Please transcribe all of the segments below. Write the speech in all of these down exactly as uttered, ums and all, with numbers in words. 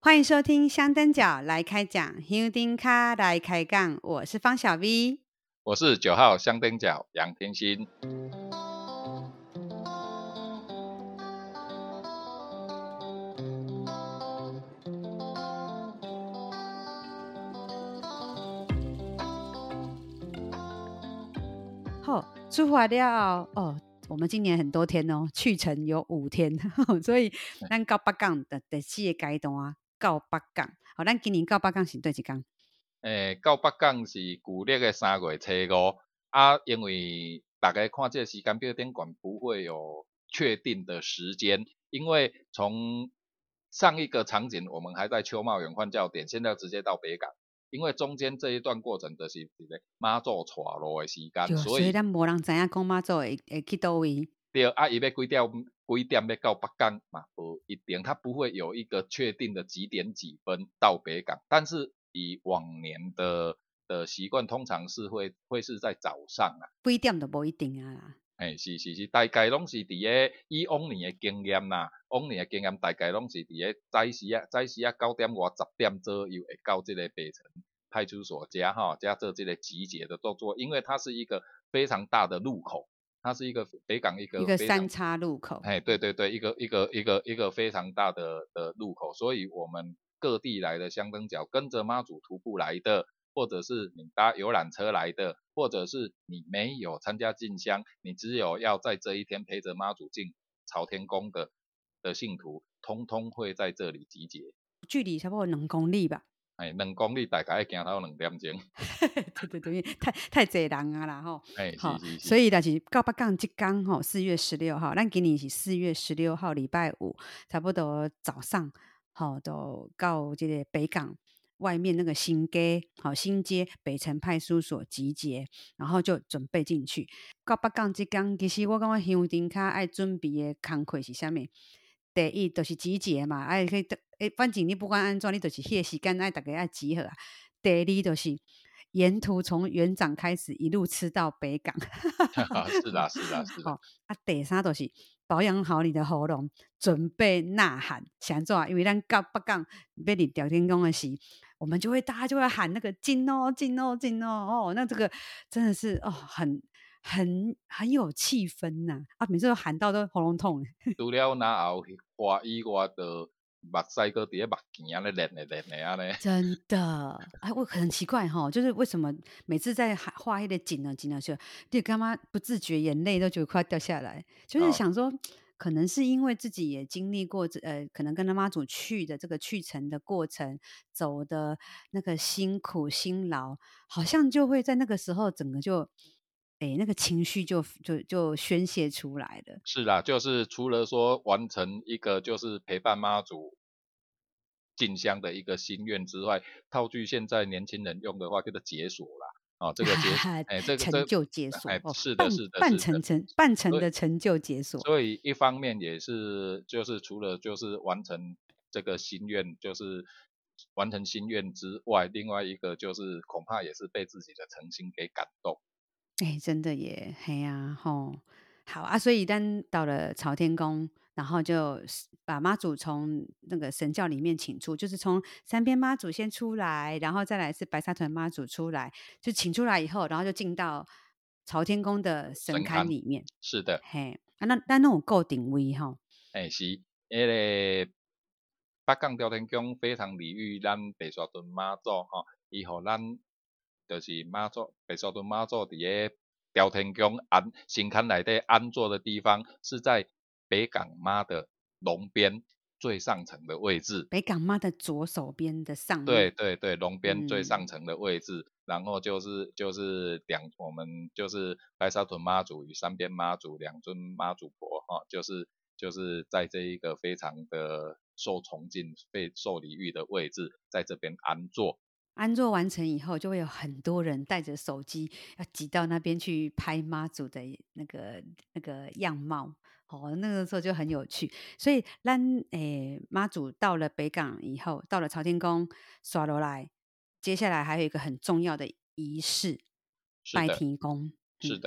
欢迎收听香灯脚来开讲，香灯卡来开讲，我是方小 V， 我是九号香灯脚杨天心。 好，出发了哦，我们今年很多天哦，去程有五天，所以咱到北港的第四个阶段啊，到北港。好，咱今年到北港是对一天？ 诶，到北港是旧历的三月初五啊，因为大家看这个时间表顶管不会有确定的时间，因为从上一个场景我们还在秋茂园换教点，现在直接到北港，因为中间这一段过程就是一个妈祖带路的时间， 对， 所以所以咱无人知影讲妈祖会会去倒位。 对啊，伊要几点几点要到北港嘛？不一定，它不会有一个确定的几点几分到北港，但是以往年的的习惯，通常是会会是在早上啊。 几点都无一定啊啦。 诶，是是是，大概拢是伫个以往年的经验啦，往年的经验大概拢是伫个早时啊，早时啊九点外十点左右会到这个北城派出所加哈加做这个集结的动作，因为它是一个非常大的路口。它是一个北港一一个个非常， 三叉路口。 哎，对对对，一个一个一个一个非常大的的路口，所以我们各地来的香灯脚跟着妈祖徒步来的，或者是你搭游览车来的，或者是你没有参加进香，你只有要在这一天陪着妈祖进朝天宫的的信徒，通通会在这里集结。 距离差不多两公里吧。 哎，两公里大概要行到两点钟。 对对对，太太侪人啊啦吼。 哎，是好， 是是， 所以就是到北港即天吼，四月十六号，咱今年是四月十六号礼拜五，差不多早上，好，都到这个北港外面那个新街，好新街北城派出所集结，然后就准备进去。到北港即天，其实我感觉香灯卡爱准备的工课是啥物？第一就是集结嘛，哎，可以，诶，反正你不管安怎，你就是迄个时间爱大家爱集合啊。第二就是沿途从园长开始一路吃到北港。 是啦是啦是啦。 好啊，第三就是保养好你的喉咙，准备呐喊，想做啊，因为咱到北港要离朝天宫的时，我们就会大家就会喊那个进哦进哦进哦哦，那这个真的是哦很很很有气氛呐、啊，每次都喊到都喉咙痛。 除了那后花以外，就目屎搁伫咧目镜安尼练咧练咧安尼。 真的，哎，我很奇怪哈，就是为什么每次在画画那个景呢景的时候，就干嘛不自觉眼泪都觉得快掉下来，就是哦， 想说，可能是因为自己也经历过这呃，可能跟他妈祖去的这个去程的过程，走的那个辛苦辛劳，好像就会在那个时候整个就，哎，那个情绪就就就宣泄出来了。 是啦，就是除了说完成一个就是陪伴妈祖进香的一个心愿之外，套句现在年轻人用的话，叫做解锁啦。哦，这个解，哎，这个这， 成就解锁哎， 哦，半是的，是的， 半是的。 程成半程所以， 的成就解锁。 所以一方面也是，就是除了就是完成这个心愿，就是完成心愿之外，另外一个就是恐怕也是被自己的诚心给感动。 哎，真的耶，嘿呀，吼，好啊，所以当到了朝天宫，然后就是把妈祖从那个神教里面请出，就是从三边妈祖先出来，然后再来是白沙屯妈祖出来，就请出来以后，然后就进到朝天宫的神神龛， 龛里面。 是的。 嘿，啊，那那那种够定位哈。 诶，是，迄个北港朝天宫非常礼遇咱白沙屯妈祖吼，伊互咱就是妈祖白沙屯妈祖伫个朝天宫安神龛内底安坐的地方，是在北港妈的龙边最上层的位置。 北港妈的左手边的上面。 对对对，龙边最嗯。 上层的位置，然后就是就是两我们就是白沙屯妈祖与三边妈祖两尊妈祖婆哈、哦，就是就是在这一个非常的受崇敬、被受礼遇的位置，在这边安坐。 安坐完成以后，就会有很多人带着手机要挤到那边去拍妈祖的那个那个样貌。哦，那个时候就很有趣。所以，咱诶妈祖到了北港以后，到了朝天宫刷落来，接下来还有一个很重要的仪式，拜是的， 天公。嗯。 是的，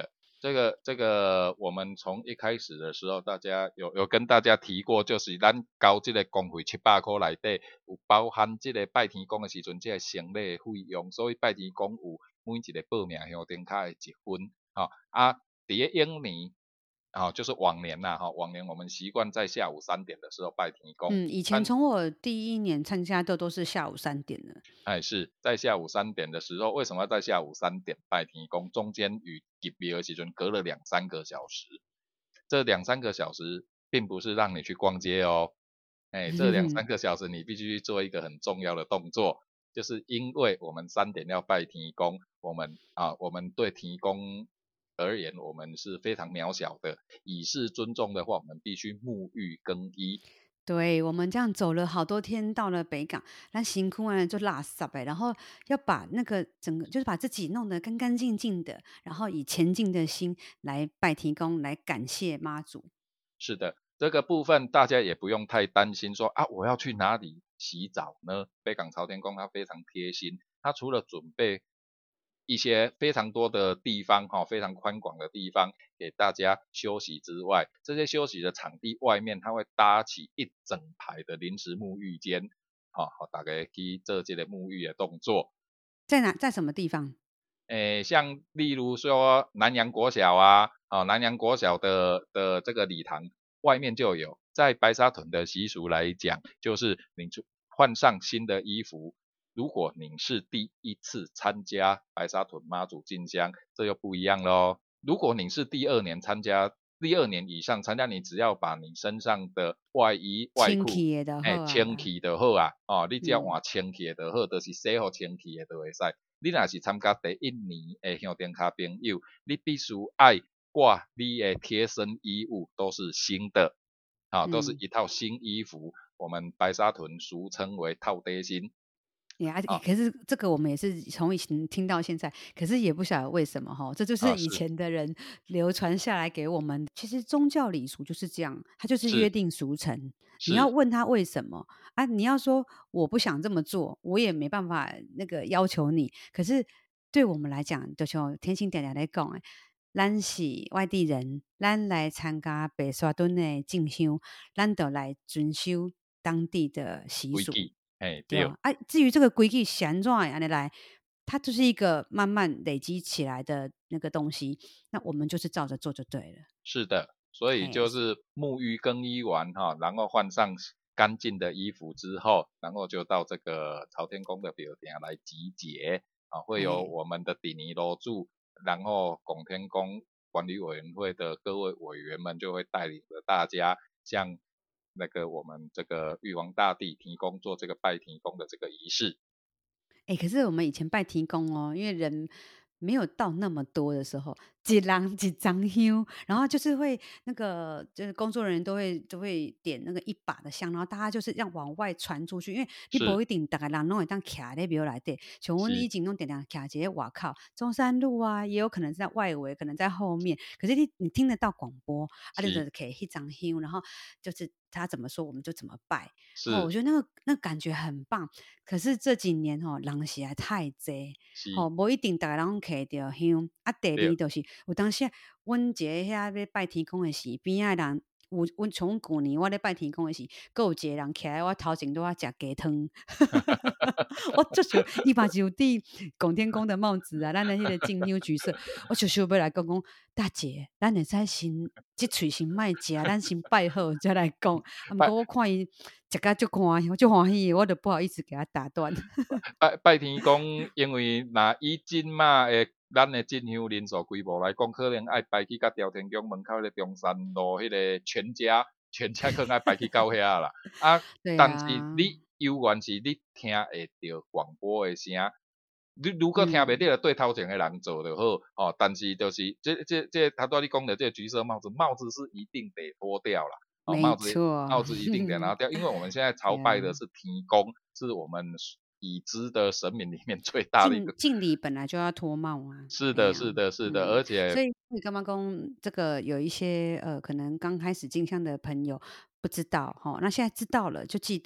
这个这个，我们从一开始的时候，大家有有跟大家提过，就是咱交这个公费七百块内底，有包含这个拜天公的时阵，这个成礼的费用，所以拜天公有每一个报名乡灯卡的一分，吼、啊，伫个永年，啊、就是往年呐、哈、往年我们习惯在下午三点的时候拜天公， 嗯，以前但从我第一年参加的都是下午三点的。 哎，是在下午三点的时候，为什么要在下午三点拜天公？中间与入庙的时阵隔了两三个小时，这两三个小时并不是让你去逛街哦，哎，这两三个小时你必须去做一个很重要的动作，就是因为我们三点要拜天公，我们啊，我们对天公而言，我们是非常渺小的，以示尊重的话，我们必须沐浴更衣， 对，我们这样走了好多天，到了北港，那辛苦完了就拉撒呗，然后要把那个整个就是把自己弄得干干净净的，然后以虔敬的心来拜天公，来感谢妈祖。 是的，这个部分大家也不用太担心说啊，我要去哪里洗澡呢？北港朝天宫它非常贴心，它除了准备一些非常多的地方哈、非常宽广的地方给大家休息之外，这些休息的场地外面它会搭起一整排的临时沐浴间，好、好大家去做这个沐浴的动作。 在哪，在什么地方？ 诶，像例如说南洋国小啊，啊南洋国小的的这个礼堂外面就有，在白沙屯的习俗来讲，就是你就换上新的衣服。如果你是第一次参加白沙屯妈祖进香，这又不一样喽。如果你是第二年参加，第二年以上参加，你只要把你身上的外衣外清裤， 气的就好诶，清啊。 气就好啊，哦，你只要嗯换清气的就好，就是洗好清气的就会使。你若是参加第一年的乡灯卡朋友，你必须爱挂你的贴身衣物都是新的，啊，都是嗯。 一套新衣服，我们白沙屯俗称为套背心， 呀，诶啊可是这个我们也是从以前听到现在，可是也不晓得为什么哈，这就是啊， 以是前的人流传下来给我们。其实宗教礼俗就是这样，它就是约是定俗成。你要是问他为什么啊？你要说我不想这么做，我也没办法那个要求你。可是对我们来讲，就像天星点点来讲诶，咱是外地人，咱来参加白沙屯的进香，咱就来遵守当地的习俗。 规矩，嘿对， 对啊，啊，至于这个规矩是安怎样的来，它就是一个慢慢累积起来的那个东西，那我们就是照着做就对了。 是的，所以嘿， 就是沐浴更衣完哈，然后换上干净的衣服之后，然后就到这个朝天宫的表店来集结啊，会有嘿， 我们的底尼楼主，然后拱天宫管理委员会的各位委员们就会带领着大家向那个我们这个玉皇大帝提供做这个拜提公的这个仪式。 哎，可是我们以前拜天公哦，因为人没有到那么多的时候，一人一张香，然后就是会那个就是工作人员都会都会点那个一把的香，然后大家就是让往外传出去，因为你不是一定大家人拢会当徛在庙内底，像阮是以前拢点点徛在外口，中山路啊，也有可能是在外围，可能在后面，可是你你听得到广播，啊，你就是可以一张香，然后就是他怎么说我们就怎么拜，哦，我是觉得那个那感觉很棒。可是这几年吼、人实在太济， 是， 吼、无一定逐个人拢摕着香。啊，第对， 二就是有当时啊阮一个遐要拜天公的时，边仔的人有阮像阮旧年我咧拜天公的时，佫有一个人徛在我头前拄啊食鸡汤，我就想伊嘛是有戴拱天宫的帽子啊，咱的迄个进香橘色，我就想要来讲讲，大姐，咱会使先即喙先莫食，咱先拜好再来讲。啊，毋过我看伊食甲足欢喜，足欢喜的，我就不好意思给他打断。 拜拜天公，因为若以即马诶，咱诶进香人数规模来讲，可能爱排去甲朝天宫门口咧中山路迄个全家，全家可能爱排去到遐啦。啊， 对但是啊， 你有缘是你听会着广播诶声，你如果听袂嗯， 着，就对头前诶人做就好。哦，但是就是这这这头拄仔你讲的这个橘色帽子，帽子是一定得脱掉啦。哦， 没帽子错， 帽子一定得拿掉，因为我们现在朝对啊， 拜的是天公，是我们已知的神明里面最大的一个。 敬敬礼本来就要脱帽啊， 是的， 哎呀， 是的，是的， 嗯， 而且所以你干嘛讲这个有一些呃，可能刚开始进香的朋友不知道哈，那现在知道了就记得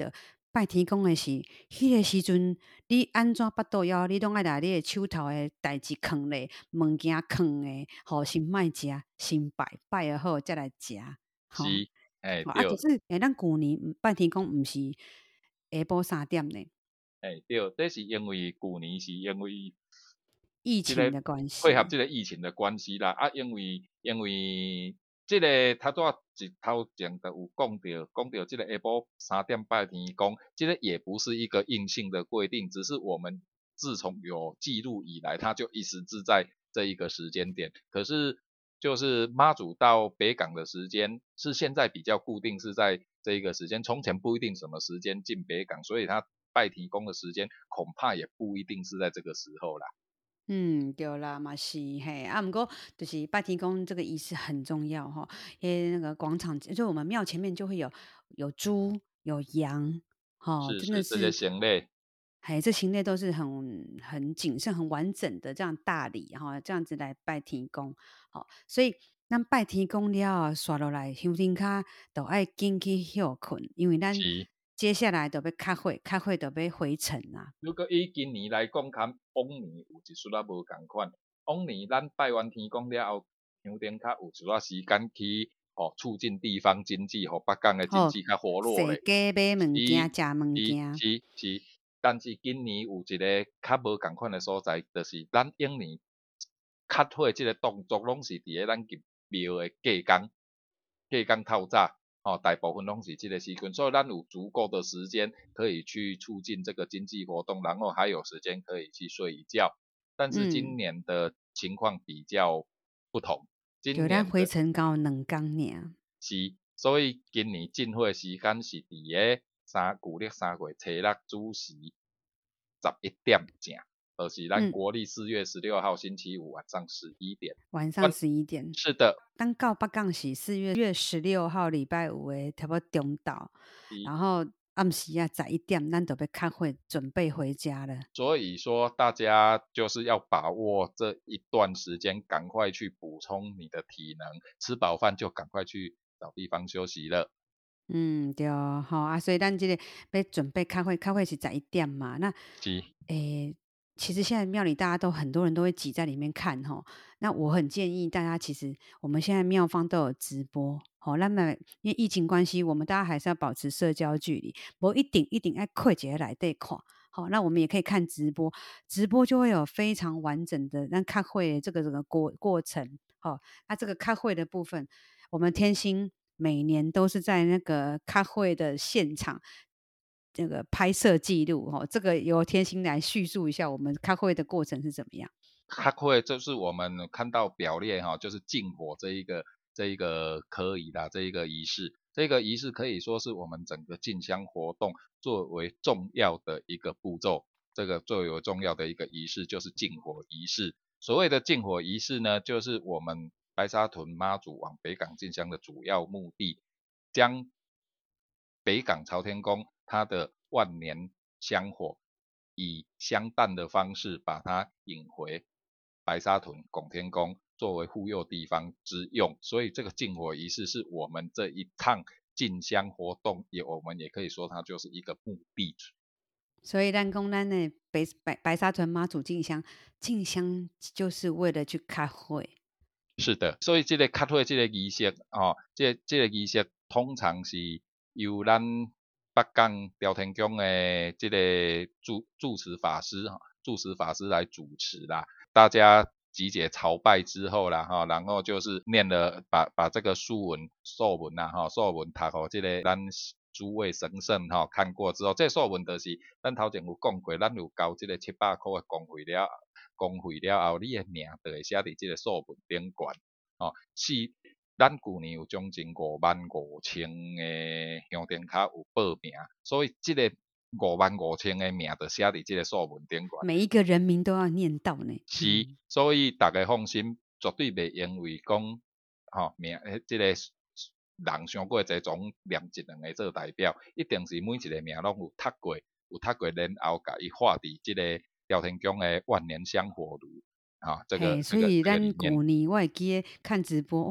拜天公的是，迄个时阵你安怎巴肚枵，你拢爱拿你的手头的代志藏咧，物件藏诶，吼先莫食，先拜拜了好，才来食， 是， 吼。 哎啊，可对， 是诶，咱旧年拜天公毋是下晡三点呢， 哎对，这是因为旧年是因为这个疫情的关配合系。 这个疫情的关系啦，啊，因为因为这个他多一头前都有讲到，讲到这个下晡三点拜天公，这个也不是一个硬性的规定，只是我们自从有记录以来，它就一直是在这一个时间点。可是就是妈祖到北港的时间是现在比较固定，是在这一个时间，从前不一定什么时间进北港，所以他拜天公的时间恐怕也不一定是在这个时候啦。 嗯，对啦，嘛是嘿，啊，毋过就是拜天公这个仪式很重要吼，因为那个广场就我们庙前面就会有有猪有羊，吼， 是是，这些真的是， 行类嘿，这行列都是很很谨慎、很完整的这样大礼哈，这样子来拜天公，好，所以咱拜天公了，刷落来香灯卡都爱紧去休困，因为咱是。 接下来就要开会，开会就要回程啊。 如果以今年来讲，较往年有一撮仔无共款。往年咱拜完天公了后，香灯较有一撮时间去哦，促进地方经济，互北港的经好， 济较活络踅咧。 街买物件、 是食物是件。 是是，但是今年有一个较无共款的所在，就是咱永年较火即个动作，拢是伫咧咱入庙的隔工，隔工透早。哦，大部分拢是这个时间，所以咱有足够的时间可以去促进这个经济活动，然后还有时间可以去睡一觉。但是今嗯， 年的情况比较不同，今就咱年的回程刚有两工尔。 是，所以今年进货时间是伫个三旧历三月初六子时十一点正，就是咱嗯， 国历四月十六号星期五晚上十一点。 晚上关十一点。 是的， 咱到北港是四月月十六号礼拜五的差不多中昼， 一然后暗时啊十一点，咱就要开会准备回家了。 所以说，大家就是要把握这一段时间，赶快去补充你的体能，吃饱饭就赶快去找地方休息了。 嗯，对哦，吼啊，所以咱这个要准备开会，开会是十一点嘛。那是， 诶，其实现在庙里大家都很多人都会挤在里面看吼。那我很建议大家，其实我们现在庙方都有直播，吼，那么因为疫情关系，我们大家还是要保持社交距离，不一定一定爱快捷来对看。好，那我们也可以看直播，直播就会有非常完整的那开会的这个这个过过程。好，那这个开会的部分，我们天星每年都是在那个开会的现场，这个拍摄记录哦。这个由天星来叙述一下我们开会的过程是怎么样。 它会就是我们看到表列哈，就是禁火这一个这一个可以的这一个仪式，这个仪式可以说是我们整个进香活动作为重要的一个步骤。这个最为重要的一个仪式就是禁火仪式。所谓的禁火仪式呢，就是我们白沙屯妈祖往北港进香的主要目的，将北港朝天宫它的万年香火，以香弹的方式把它引回白沙屯拱天宫，作为护佑地方之用。所以这个禁火仪式是我们这一趟进香活动，也我们也可以说它就是一个目的。 所以咱讲咱的白白白沙屯妈祖进香，进香就是为了去开会。 是的，所以这个开会这个仪式哦，这个、这个仪式通常是由咱北港朝天宫的这个住住持法师哈，住持法师来主持啦。大家集结朝拜之后啦哈，然后就是念了把把这个书文寿文呐哈，寿文读互这个咱诸位神圣哈看过之后，这寿文就是咱头前有讲过，咱有交这个七百块的公费了。公费了后，你的名就会写伫即个数文顶悬。哦，是咱旧年有将近五万五千个香灯卡有报名，所以即个五万五千个名就写伫即个数文顶悬。 每一个人名都要念到呢。 是， 嗯， 所以大家放心，绝对袂因为讲吼、哦、名诶，即、个人伤过济，总念一两个做代表，一定是每一个名拢有读过，有读过，然后甲伊画伫即个朝天宫诶万年香火炉。啊、这个嘿， 这个所以这个里面咱旧年我会记得看直播哦，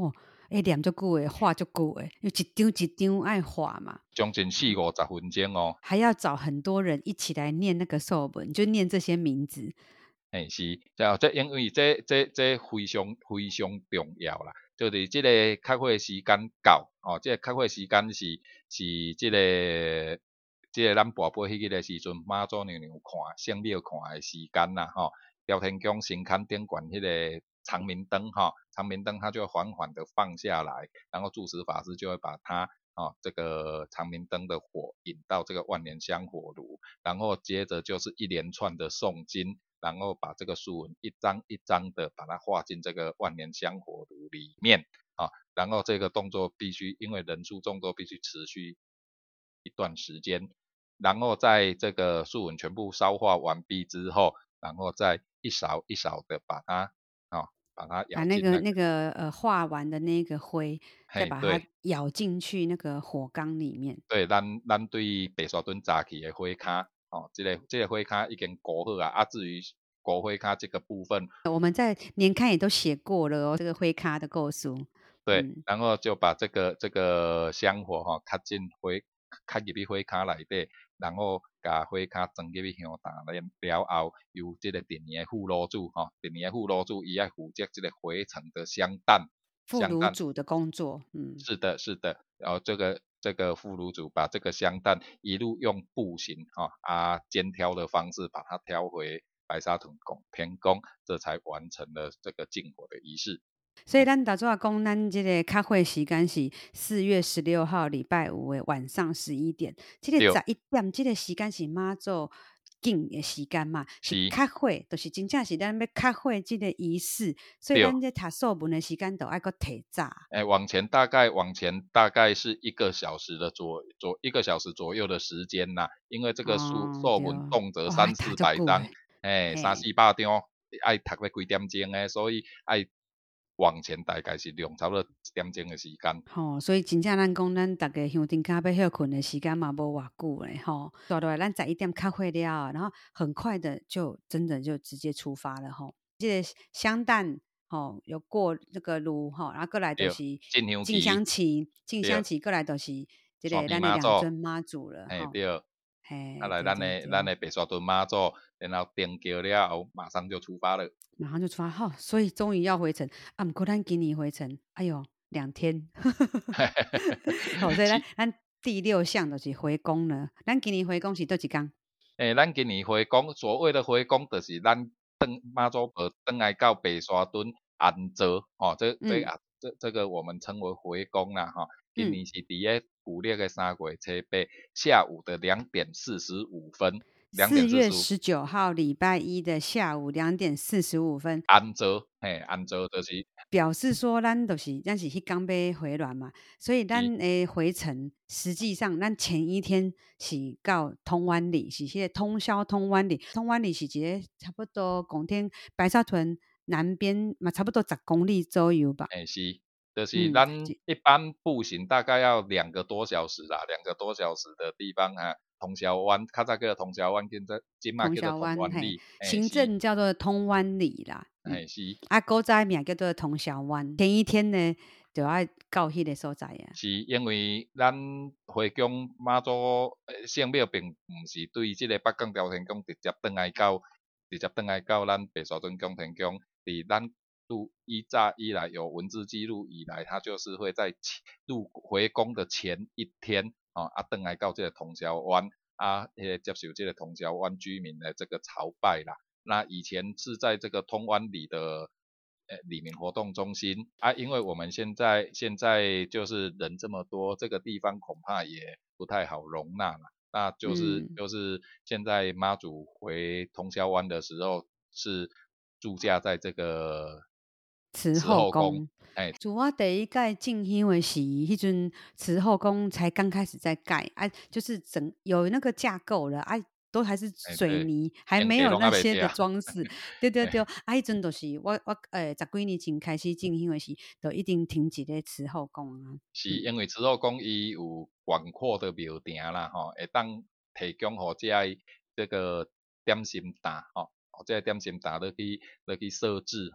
诶，念足久诶，画足久诶，因为一张一张爱画嘛， 将近四五十分钟哦。 还要找很多人一起来念那个寿文，就念这些名字。 嘿是，这这因为这这这非常非常重要啦，就是这个开会时间到，哦，这个开会时间是是这个这个咱跋杯迄个时阵，妈祖娘娘看圣庙看的时间啦，吼、朝天宫神龛顶管迄个长明灯，哈、长明灯它就会缓缓的放下来，然后住持法师就会把它，哦，这个长明灯的火引到这个万年香火炉，然后接着就是一连串的诵经。然后把这个书文一张一张的把它画进这个万年香火炉里面啊，然后这个动作必须因为人数众多必须持续一段时间，然后在这个书文全部烧化完毕之后，然后再一勺一勺的把它啊把它把舀进那个， 那个那个呃画完的那个灰，再把它嘿对舀进去那个火缸里面。 对，咱咱对白沙屯早起的火卡哦，这个这个火卡已经裹好啊，啊至于裹火卡这个部分。 我们在年刊也都写过了哦，这个灰咖的构书。 对， 嗯， 然后就把这个这个香火吼、较进火，较入去火卡内底，然后把火卡装入去香坛了了后，由这个第二个副炉主吼、第二个副炉主伊爱负责这个火层的香弹， 副香弹炉主的工作。嗯， 是的是的，然后这个这个副炉主把这个香弹一路用步行哈、啊肩挑的方式把它挑回白沙屯拱天宫，这才完成了这个进火的仪式。 所以咱打做讲，咱这个开会时间是四月十六号礼拜五的晚上十一点。这个对， 十一点，这个时间是妈祖敬的时间嘛，是是， 开会，就是真正是咱要开会这个仪式。所以对。 咱这读寿文的时间都爱个提早。 哎，往前大概往前大概是一个小时的左左一个小时左右的时间呐，因为这个数哦，对， 作文动辄哦，爱三读四百张， 足久诶， 哎，三嘿。 四百张，爱读要几点钟诶，所以爱往前大概是用差不多一点钟的时间。 吼、所以真正咱讲，咱逐个乡镇较要休困的时间嘛，无偌久嘞吼。大落来咱十一点开会了，然后很快的就真的就直接出发了吼。这个香蛋吼、有过那个炉吼，然后过来就对， 是进香进香旗， 旗，进香对， 旗过来就是这山个咱的边妈祖， 两尊妈祖了哎， 吼。 对，啊嘿， 来咱对对对， 的咱的白沙屯妈祖，然后登桥了后，马上就出发了。 马上就出发吼、所以终于要回程啊！毋过咱今年回程，哎呦，两天。好，所以咱是， 咱第六项就是回宫了。咱今年回宫是倒一工？ 诶，咱今年回宫，所谓的回宫，就是咱登妈祖婆登来到白沙屯安坐，吼、这这嗯啊，这这个我们称为回宫啦，吼、今嗯， 年是伫个古历的三月初八下午的两点四十五分，两四月点四十五十九号礼拜一的下午两点四十五分， 安坐，嘿，安坐就是表示说咱就是咱是迄天要回銮嘛，所以咱是， 诶回程实际上咱前一天是到通湾里，是迄个通宵通湾里，通湾里是一个差不多拱天白沙屯南边嘛，差不多十公里左右吧。 诶是，就是嗯， 咱一般步行大概要两个多小时啦，两个多小时的地方啊，通霄湾，较早叫做通霄湾，现在今嘛通叫做霄湾，嘿， 通湾里，诶是， 行政叫做通湾里啦，嗯， 诶是。 啊，古早名叫做通霄湾。前一天呢，就要到迄个所在啊。 是因为咱回宫妈祖呃圣庙并毋是对即个北港朝天宫直接转来到，直接转来到咱白沙屯宫天宫，伫咱入依早以来有文字记录以来，它就是会在前入回宫的前一天，哦啊转来到这个通霄湾啊，迄个接受这个通霄湾居民的这个朝拜啦。那以前是在这个通湾里的呃里民活动中心啊，因为我们现在现在就是人这么多，这个地方恐怕也不太好容纳了。那就是嗯， 就是现在妈祖回通霄湾的时候是驻驾在这个慈慈后宫， 后宫。 哎主我第一届进香的是，迄阵慈后宫才刚开始在盖，啊，就是整有那个架构了，啊，都还是哎对， 水泥，还边界没有拢还袂定， 那些的装饰。对对对，啊， 哎迄阵就是我我诶，十几年前开始进香的时，就一定停一个慈后宫啊。 是嗯， 因为慈后宫伊有广阔的庙埕啦，吼，会当提供互遮的这个点心担，吼，互这个点心担落去落去设置，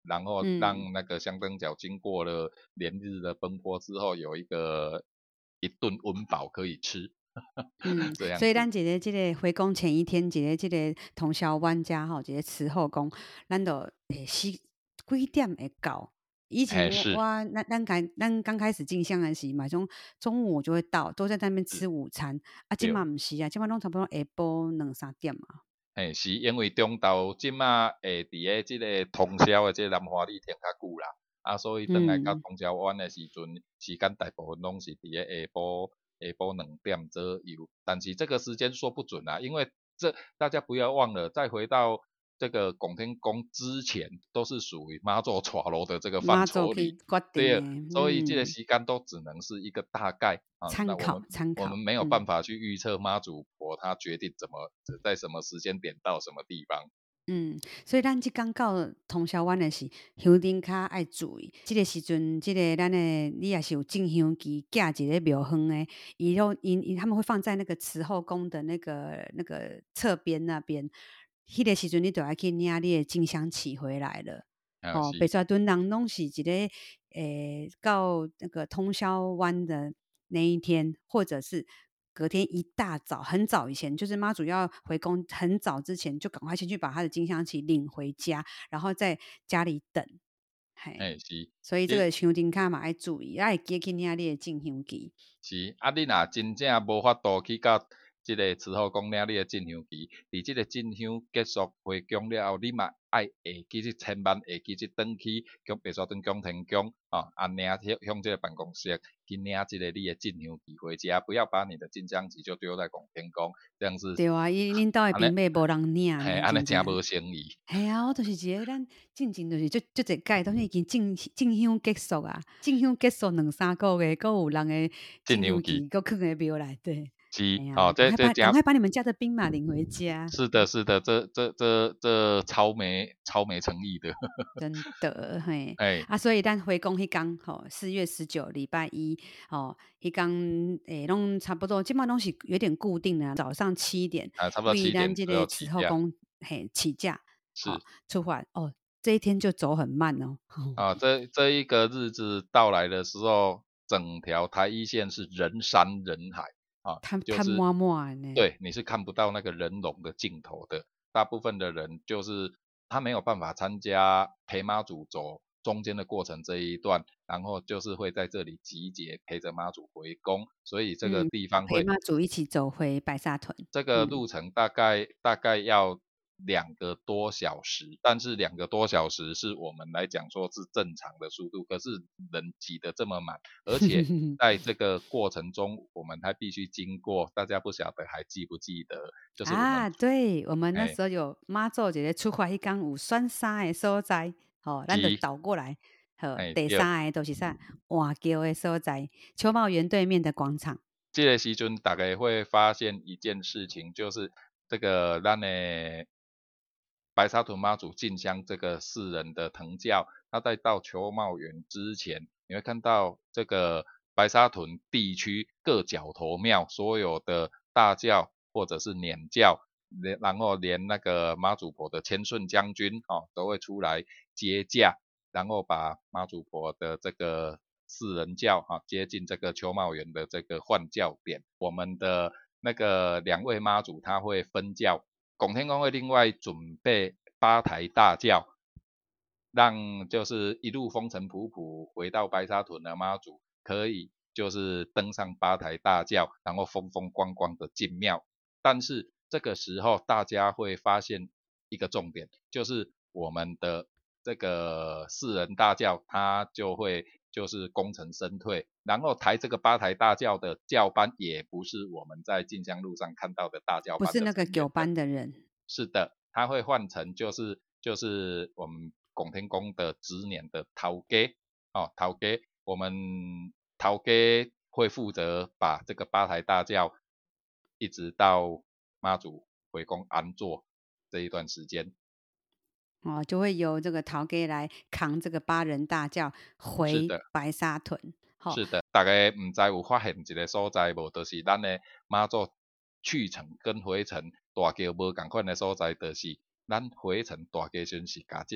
然后嗯让那个香灯脚经过了连日的奔波之后，有一个一顿温饱可以吃， 嗯， 这样子。 所以咱一个即个回宫前一天，一个即个通宵玩家吼，一个慈后宫，咱就会四几点会到？以前哎，是我我咱咱刚咱刚开始进香的时，嘛种中午我就会到，都在那边是， 吃午餐。啊，即对。 嘛毋是啊，即嘛拢差不多下晡两三点嘛。 嘿，是因为中昼即马会伫个即个通宵的即个南华里停较久啦，啊，所以转来到嗯， 通宵湾的时阵，时间大部分拢是伫个下晡下晡两点左右。但是这个时间说不准啊，因为这大家不要忘了，再回到这个拱天宫之前，都是属于妈祖带路的这个范妈祖畴里。 去决定对， 的， 所以这个嗯， 时间都只能是一个大概啊，那参我们考参考， 我们没有嗯。 办法去预测妈祖婆她决定怎么在什么时间点到什么地方。 嗯，所以咱即讲到通宵湾的是香灯卡爱注意，即、个时阵，即、个咱的你也是有进香机架一个庙方的，伊都因因他们会放在那个慈后宫的那个那个侧边那边，迄、个时阵你就要去领你的进香旗回来了。 啊， 哦，北是沙墩人拢是一个诶，到那个通宵湾的那一天，或者是隔天一大早很早以前，就是妈祖要回宫很早之前，就赶快先去把他的金香旗领回家，然后在家里等。嘿， 嘿是， 所以这你个香灯卡嘛要注意，要会记去领你的进香机。 是，啊，你若真正无法度去到即个慈后宫领你的进香旗，伫即个进香结束回宫了后，你嘛爱会记去，千万会记去转去宫白沙屯宫天宫哦，啊领向向即个办公室去领即个你的进香旗回家，不要把你的进香旗就丢在拱天宫，这样是对啊，因恁兜的安尼， 兵马无人领嘿， 呢， 安尼真正。 真无诚意。 系啊，我就是一个咱进前就是足足一届，当时已经进进香结束啊，进香结束两三个月，阁有人的进香旗进香旗，阁放在庙内底。哎是，哦， 呀，赶快把赶这这真快把你们家的兵马领回家， 是的，是的，这这这这超没超没诚意的。 真的嘿哎， 啊！所以咱回宫迄天吼，四月十九礼拜一吼，迄天诶，拢差不多，基本上拢是有点固定的，早上七点啊，差不多为七咱这个点左右起驾。 慈后宫嘿起驾，好是出发哦。这一天就走很慢哦。 啊，这这一个日子到来的时候，整条台一线是人山人海啊， 贪就是贪摸摸的呢。 对，你是看不到那个人龙的尽头的。大部分的人就是他没有办法参加陪妈祖走中间的过程这一段，然后就是会在这里集结陪着妈祖回宫，所以这个嗯， 地方会陪妈祖一起走回白沙屯。 这个嗯， 路程大概大概要两个多小时，但是两个多小时是我们来讲说是正常的速度，可是人挤得这么满，而且在这个过程中，我们还必须经过，大家不晓得还记不记得，就是我们啊，对，我们那哎， 时候有妈祖一个出发迄天有选三个所在，吼、咱就鸡倒过来，好， 哎， 第对， 三个都是啥换桥的所在，秋茂园对面的广场。 这个时阵大概会发现一件事情，就是这个咱的白沙屯妈祖进香这个四人的藤轿，它在到球茂园之前，你会看到这个白沙屯地区各角头庙所有的大轿或者是辇轿，连然后连那个妈祖婆的千顺将军哦都会出来接驾，然后把妈祖婆的这个四人轿哈、接进这个秋茂园的这个换轿点。我们的那个两位妈祖他会分轿。拱天宫会另外准备八台大轿，让就是一路风尘仆仆回到白沙屯的妈祖，可以就是登上八台大轿，然后风风光光的进庙。但是这个时候大家会发现一个重点，就是我们的这个四人大轿，它就会就是功成身退，然后抬这个八台大轿的轿班也不是我们在进香路上看到的大轿不是班的那个九成员了。 班的人。 是的，它会换成就是就是我们拱天宫的执年的头家哦，头家，我们头家会负责把这个八台大轿一直到妈祖回宫安坐这一段时间。 哦，就会由这个陶给来扛这个八人大轿回是的， 白沙屯。好、 是的，大家唔知有发现一个所在无，就是咱的妈祖去程跟回程大桥无共款的所在，就是咱回程大桥时是甲即个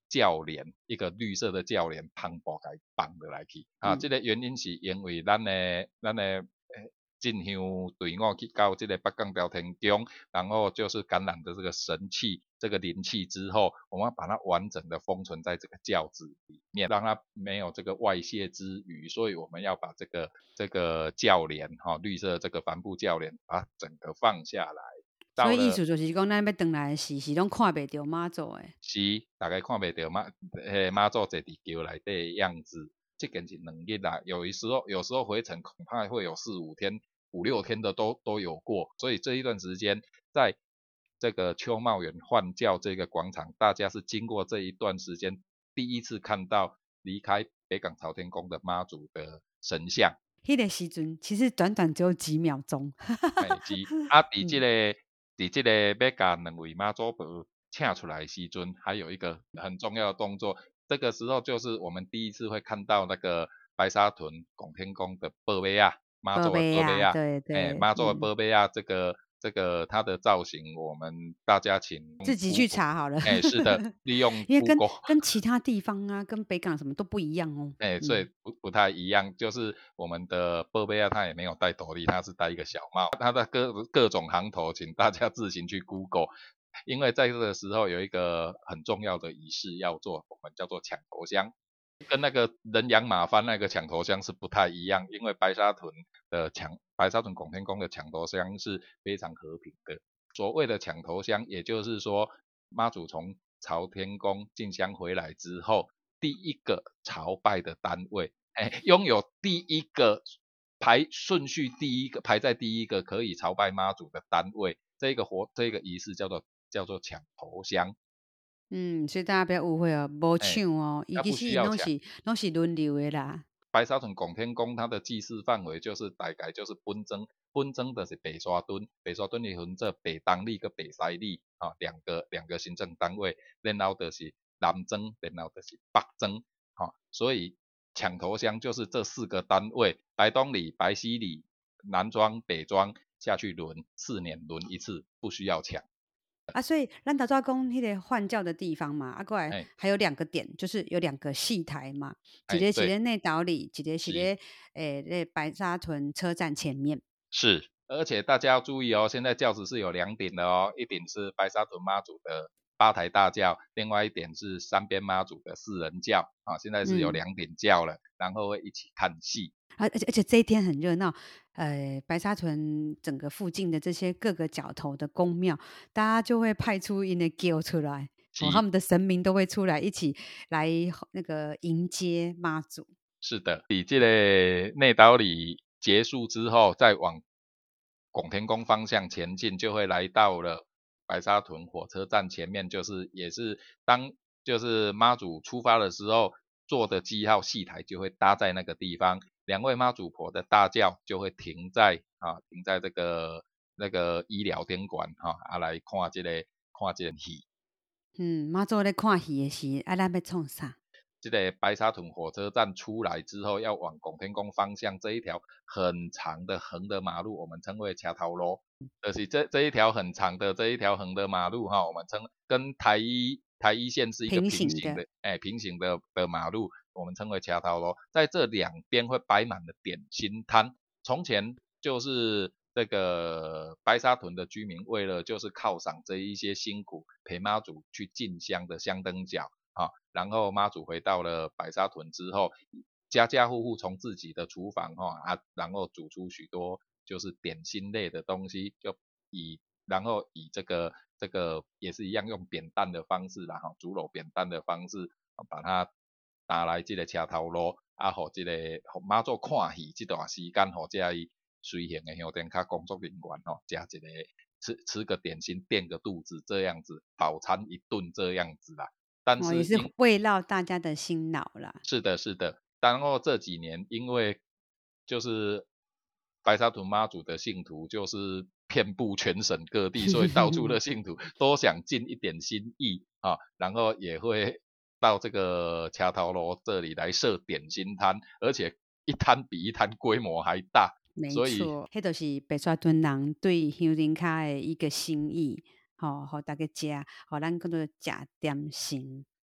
轿帘，一个绿色的轿帘磅礴给绑落来去。啊，这个原因是因为咱的咱的进香队伍去到这个北港朝天宫，然后就是感染的这个神气、这个灵气之后，我们要把它完整的封存在这个轿子里面，让它没有这个外泄之余，所以我们要把这个这个轿帘哈、哦，绿色这个帆布轿帘把它整个放下来。 所以意思就是讲，咱要回来时是拢看不到妈祖的。 是，大家看不到妈，诶妈祖坐伫轿内底的样子。这件是两日啦，有时候有时候回程恐怕会有四五天、五六天的都都有过，所以这一段时间在这个秋茂园换轿这个广场，大家是经过这一段时间第一次看到离开北港朝天宫的妈祖的神像。 迄个时阵其实短短只有几秒钟。 哎，是啊，伫这个伫这个要甲两位妈祖婆请出来的时阵，还有一个很重要的动作。这个时候就是我们第一次会看到那个白沙屯拱天宫的宝贝啊，妈祖的宝贝啊， 对对， 哎，妈祖的宝贝啊，这个这个它的造型，我们大家请自己去查好了。 哎，是的，利用因为跟 Google 跟其他地方啊，跟北港什么都不一样哦。 哎，所以不不太一样，就是我们的宝贝啊，他也没有戴斗笠，他是戴一个小帽，他的各各种行头，请大家自行去 Google。因为在这个时候有一个很重要的仪式要做，我们叫做抢头香，跟那个人仰马翻那个抢头香是不太一样，因为白沙屯的抢白沙屯拱天宫的抢头香是非常和平的。所谓的抢头香，也就是说妈祖从朝天宫进香回来之后，第一个朝拜的单位，哎，拥有第一个排顺序第一个排在第一个可以朝拜妈祖的单位，这个活这个仪式叫做叫做抢头香。 嗯，所以大家不要误会哦，无抢哦，伊其实拢是拢是轮流的啦。 白沙屯拱天宫它的祭祀范围就是大概就是本庄，本庄就是白沙屯，白沙屯的分做北东里跟北西里啊两个两个行政单位，然后就是南庄，然后就是北庄，啊，所以抢头香就是这四个单位，白东里、白西里、南庄、北庄下去轮，四年轮一次，不需要抢。 啊，所以咱头早讲迄个换轿的地方嘛，啊，过来哎还有两个点，就是有两个戏台嘛， 哎一个是对咧内岛里，一个是是咧诶咧白沙屯车站前面。 是，而且大家要注意哦，现在轿子是有两顶的哦，一顶是白沙屯妈祖的八抬大轿，另外一点是三边妈祖的四人轿啊，现在是有嗯， 两顶轿了，然后会一起看戏。 而而且而且这一天很热闹，呃，白沙屯整个附近的这些各个角头的宫庙，大家就会派出因的轿出来，哦，他是们的神明都会出来一起来那个迎接妈祖。 是的，你这个内岛里结束之后，再往拱天宫方向前进，就会来到了白沙屯火车站前面，就是也是当就是妈祖出发的时候坐的记号戏台就会搭在那个地方，两位妈祖婆的大轿就会停在啊停在这个那个医疗宾馆哈啊来看这个看这个戏。 嗯，妈祖咧看戏的时，啊，咱要创啥？ 这个白沙屯火车站出来之后，要往拱天宫方向这一条很长的横的马路，我们称为桥头路，就是这这一条很长的这一条横的马路哈，我们称跟台一台一线是一个平行的， 平行的哎，平行的的马路，我们称为桥头路，在这两边会摆满了点心摊。从前就是这个白沙屯的居民，为了就是犒赏这一些辛苦陪妈祖去进香的香灯脚。啊，然后妈祖回到了白沙屯之后，家家户户从自己的厨房哈啊，然后煮出许多就是点心类的东西，就以然后以这个这个也是一样用扁担的方式啦哈，煮肉扁担的方式，把它拿来这个车头路，啊，互这个互妈祖看戏这段时间，互这伊随行的香灯卡工作人员吼，加一个吃吃个点心垫个肚子这样子，饱餐一顿这样子啦。但哦，也是是慰劳大家的辛劳啦。 是的，是的。然后这几年因为就是白沙屯妈祖的信徒就是遍布全省各地，所以到处的信徒都想尽一点心意啊，然后也会到这个桥头楼这里来设点心摊，而且一摊比一摊规模还大， 没所以错，迄就是白沙屯人对香灯卡的一个心意，吼、互大家食，互咱叫做食点心。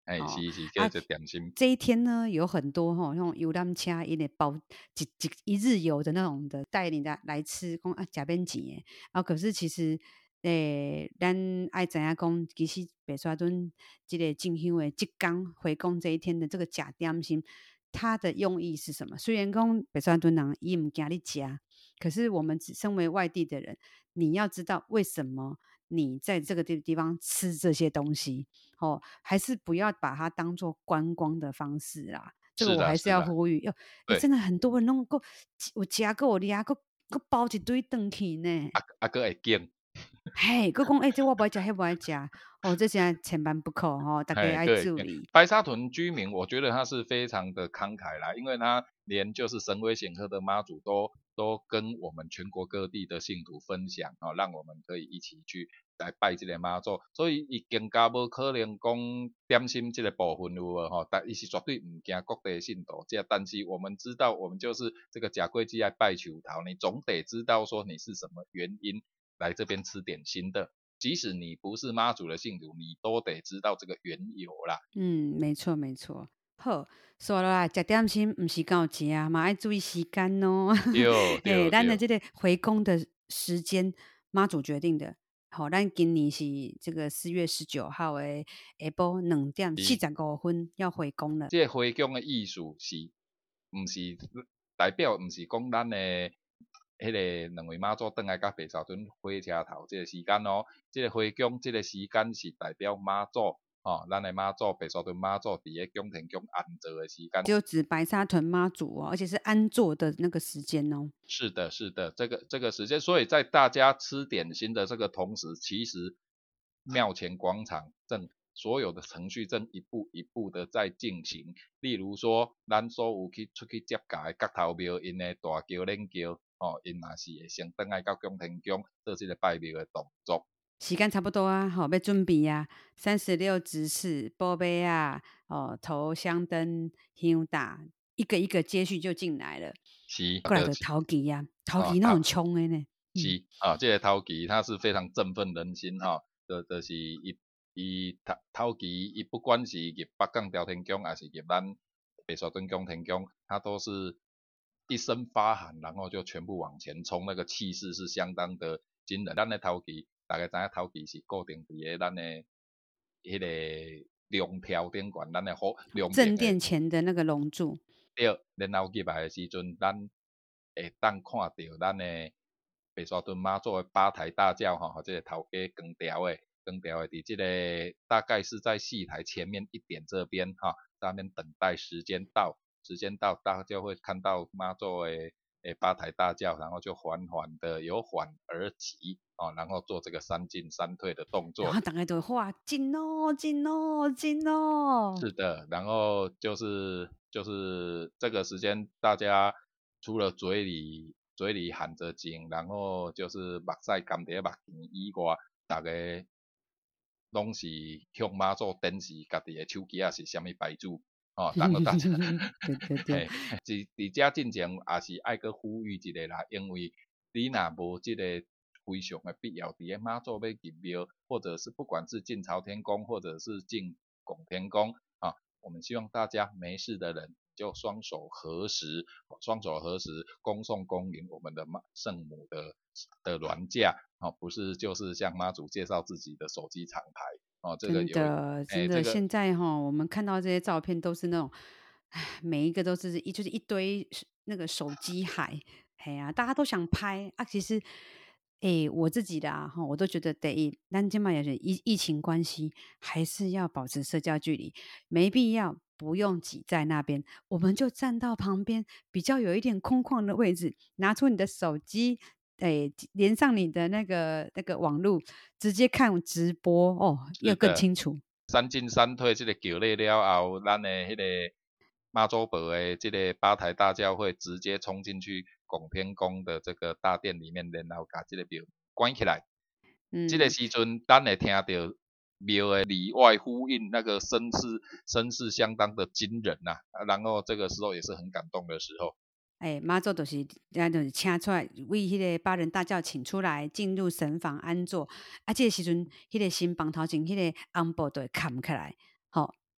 哎， 哦是是叫啊， 做点心， 这一天呢有很多哈、哦、那种游览车，因为包几几一日游的那种的，带你的来吃，讲啊假边钱的啊。可是其实，诶、咱爱知影讲，其实白沙屯这个进香的即天回宫这一天的这个假点心，它的用意是什么？虽然讲白沙屯人伊唔惊你食，可是我们只身为外地的人，你要知道为什么你在这个地地方吃这些东西。哦，还是不要把它当做观光的方式啦。这个是我还是的是的， 要呼吁，哟，诶， 对， 真的很多人拢够有食过有掠个个包一堆回去呢。 啊啊个会惊， 嘿，佮讲诶，这我不爱食，迄不爱食，哦，这现在千万不可吼，大家嘿， 爱个会惊。 注意。 白沙屯居民，我觉得他是非常的慷慨啦，因为他连就是神威显赫的妈祖都都跟我们全国各地的信徒分享啊、哦，让我们可以一起去来拜这个妈祖，所以伊更加无可能讲点心这个部分有无吼，但伊是绝对唔惊各地的信徒，这但是我们知道，我们就是这个假规矩来拜求桃，你总得知道说你是什么原因来这边吃点心的。即使你不是妈祖的信徒，你都得知道这个缘由啦。 嗯，没错没错。好，说了啦，食点心毋是够食啊，嘛爱注意时间哦。 对诶， 对对， 咱的这个回宫的时间，妈祖决定的。好，咱今年是这个四月十九号的下晡两点四是十五分要回宫了。 这个回宫的意思是，毋是代表毋是讲咱的迄个两位妈祖倒来甲白沙屯火车头这个时间哦，这个回宫这个时间是代表妈祖哦，咱的妈祖白沙屯妈祖伫咧宫廷宫安坐的时间。 就指白沙屯妈祖哦，而且是安坐的那个时间哦。 是的，是的，这个这个时间，所以在大家吃点心的这个同时，其实庙前广场正所有的程序正一步一步的在进行。例如说，咱所有去出去接驾的角头庙，因的大桥、连桥，哦，因嘛是会先等来到宫廷宫做这个拜庙的动作。 时间差不多啊，好，要准备啊。三十六执事、宝贝啊，哦，头香灯、香打，一个一个接续就进来了。 是， 过来就就是头旗啊，头啊， 旗那种头冲的呢。嗯， 是啊，这个头旗它是非常振奋人心哈，就就是伊伊头头旗，伊不管是入北港朝天宫，还是入咱白沙屯宫天宫，它都是一声发喊，然后就全部往前冲，那个气势是相当的惊人。咱的头旗，大家知影头旗是固定伫个咱的迄个龙条顶悬，咱的好龙正顶的殿前的那个龙柱。 对，然后入来的时阵，咱会当看到咱的白沙屯妈祖的八抬大轿吼，即、这个头家光条的，光条的，伫即个大概是在戏台前面一点这边哈，在那边等待时间到，时间到，大家就会看到妈祖的诶八抬大轿，然后就缓缓的由缓而急哦，然后做这个三进三退的动作。 然后大家都会画进哦，进哦，进哦。 是的，然后就是就是这个时间，大家除了嘴里嘴里喊着经，然后就是目屎含在目前以外，大家拢是向妈祖展示家己的手机啊是虾米牌子哦，然后大家对对对。 嘿，伫伫遮进前也是爱去呼吁一下啦，因为你若无即个非常的必要，伫个妈祖要入庙，或者是不管是进朝天宫，或者是进拱天宫啊，我们希望大家没事的人就双手合十，双手合十恭送恭迎我们的妈圣母的的銮驾啊，不是就是向妈祖介绍自己的手机厂牌哦，这个真有的，真哎， 的， 这个现在哈，我们看到这些照片都是那种，唉，每一个都是一就是一堆那个手机海，哎呀、大家都想拍啊。其实，哎，我自己的啊，哈，我都觉得得，但今嘛也是疫疫情关系，还是要保持社交距离，没必要不用挤在那边，我们就站到旁边比较有一点空旷的位置，拿出你的手机。哎，连上你的那个那个网络，直接看直播哦，要更是的。 清楚。 三进三退这个桥礼了后，咱的迄个妈祖婆的这个八抬大轿会直接冲进去拱天宫的这个大殿里面，然后把这个庙关起来。这个嗯， 时阵，咱会听到庙的里外呼应，那个声势声势相当的惊人呐、啊。然后这个时候也是很感动的时候。 哎，妈祖就是，咱就是请出来，为迄个八人大轿请出来，进入神房安坐。啊，这个时阵，迄个新房头前，迄个红布都会砍起来，吼、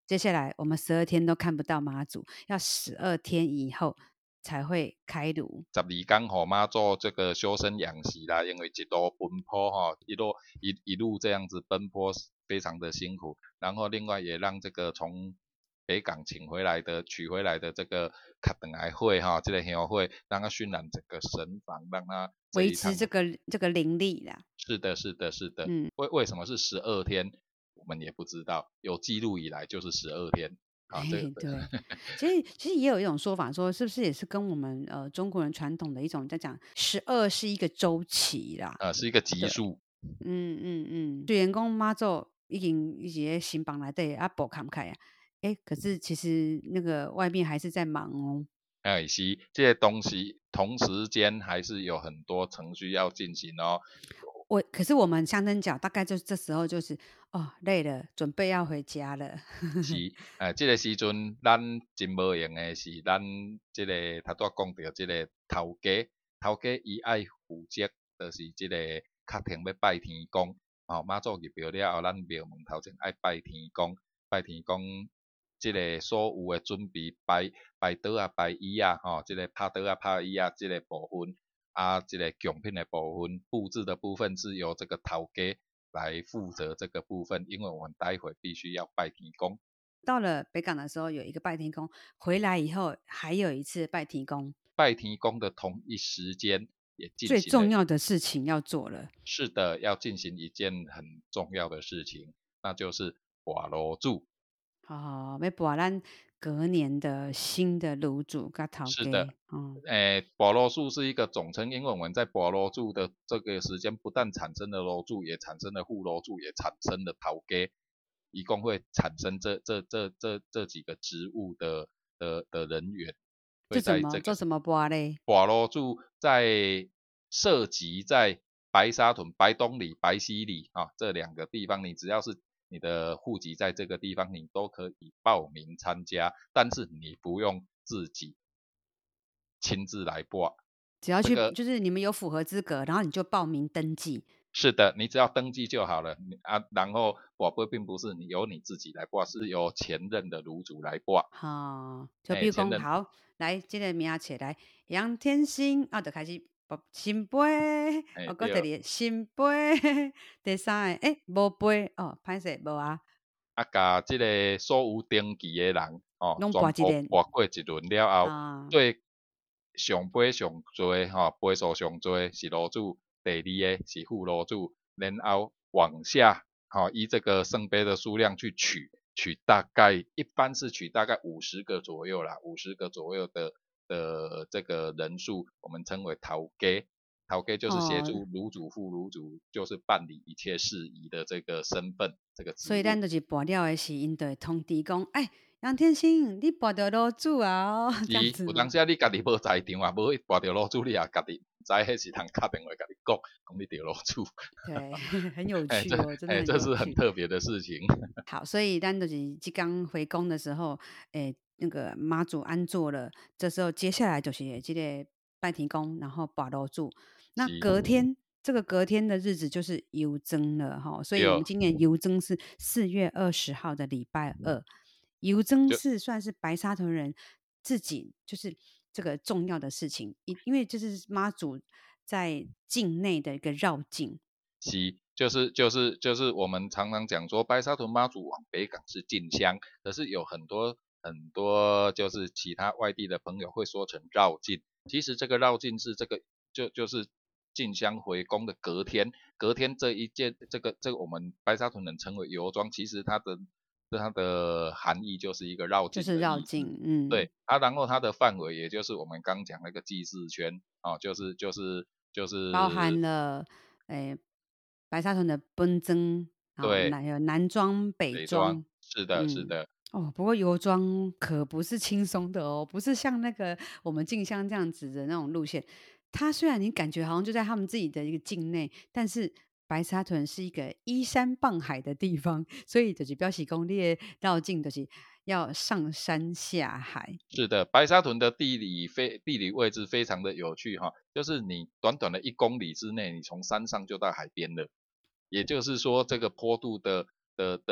接下来我们十二天都看不到妈祖，要十二天以后才会开炉。 十二天吼妈做这个修身养息啦，因为一路奔波哈，一路一一路这样子奔波，非常的辛苦。然后另外也让这个从北港请回来的、取回来的这个卡等来会哈，这个庙会让它渲染整个神房，让它这维一趟持这个这个灵力啦。 是的，是的，是的。 嗯， 为为什么是十二天？我们也不知道，有记录以来就是十二天。啊，这个嘿，对，其实其实也有一种说法说，是不是也是跟我们呃中国人传统的一种在讲十二是一个周期啦？ 呃是一个级对， 数。 嗯嗯嗯，虽然讲妈祖已经一些新房来对啊，不看不开啊，哎，可是其实那个外面还是在忙哦。 哎，是这些东西同时间还是有很多程序要进行哦。 我可是我们香灯脚大概就这时候就是哦累了，准备要回家了。 是，呃，这个时阵咱真无用的是咱这个头拄讲到这个头家，头家伊爱负责，就是这个确定要拜天公。哦，妈祖入庙了后，咱庙门头前爱拜天公，拜天公，这个所有的准备拜拜桌啊、拜椅啊，吼、这个拍桌啊、拍椅啊，这个部分啊，这个供品的部分、布置的部分是由这个头家来负责这个部分，因为我们待会必须要拜天公。 到了北港的时候有一个拜天公，回来以后还有一次拜天公， 拜天公的同一时间也进最行了， 重要的事情要做了。 是的，要进行一件很重要的事情，那就是拔炉主。 哦，要把咱隔年的新的炉主甲头是的， 家，哦， 诶，拔炉数是一个总称，因为我们在拔炉柱的这个时间，不但产生了炉柱，也产生了副炉柱，也产生了头家，一共会产生这这这这这几个职务的的的人员，会这怎在这个么做什么拔嘞？ 拔炉柱在涉及在白沙屯、白东里、白西里啊这两个地方，你只要是你的户籍在这个地方，你都可以报名参加，但是你不用自己亲自来报。 只要去， 这个就是你们有符合资格，然后你就报名登记。 是的，你只要登记就好了。你啊，然后报备并不是你由你自己来报，是由前任的炉主来报。 哈、就比哎， 如前任， 讲好，来这个名起来，杨天星啊，就开始报新杯， 哎， 哦，搁第对， 二新杯，第三个诶无杯哦，歹势无啊， 啊，甲即个所有登记的人哦， 拢全拔一个部跋过一轮了后， 啊， 最上尾上多吼，倍数上多是炉主，第二个是副炉主，然后往下吼，依这个圣杯的数量去取，取大概一般是取大概五十个左右啦，五十个左右的的这个人数，我们称为头家。头家就是协哦， 助炉主、副炉主，就是办理一切事宜的这个身份，这个职务。 所以咱就是拔了的是，因就会通知讲，哎，杨天星，你拔到炉主啊、哦， 是， 这样子吗？ 有当时啊，你家己无在场啊，无去跋着卤煮，你也家己毋知，迄是通打电话甲你讲，讲你着卤煮。 对，很有哎，这趣哦，真的哎， 很这是很有趣。 特别的事情。 好，所以咱就是即刚回宫的时候，诶，那个妈祖安坐了，这时候接下来就是这个拜天公，然后把楼住。那是， 隔天，这个隔天的日子就是游征了哈，所以我们对， 今年游征是四月二十号的礼拜二。游征就是算是白沙屯人自己就是这个重要的事情，因因为这是妈祖在境内的一个绕境。 是，就是就是就是我们常常讲说，白沙屯妈祖往北港是进香，可是有很多很多就是其他外地的朋友会说成绕境，其实这个绕境是这个就就是进香回宫的隔天，隔天这一件这个这个我们白沙屯人称为游庄，其实它的它的含义就是一个绕境就是的意思。 绕境，嗯， 对啊，然后它的范围也就是我们刚讲那个祭祀圈啊、哦，就是就是就包是含了诶白沙屯的奔增啊， 对南有南庄、北北庄， 庄， 是的，是嗯， 的。 哦，不过游庄可不是轻松的哦，不是像那个我们进香这样子的那种路线。它虽然你感觉好像就在他们自己的一个境内，但是白沙屯是一个依山傍海的地方，所以就是表示讲你的绕境就是要上山下海。 是的，白沙屯的地理非地理位置非常的有趣哈，就是你短短的一公里之内，你从山上就到海边了。也就是说，这个坡度的的的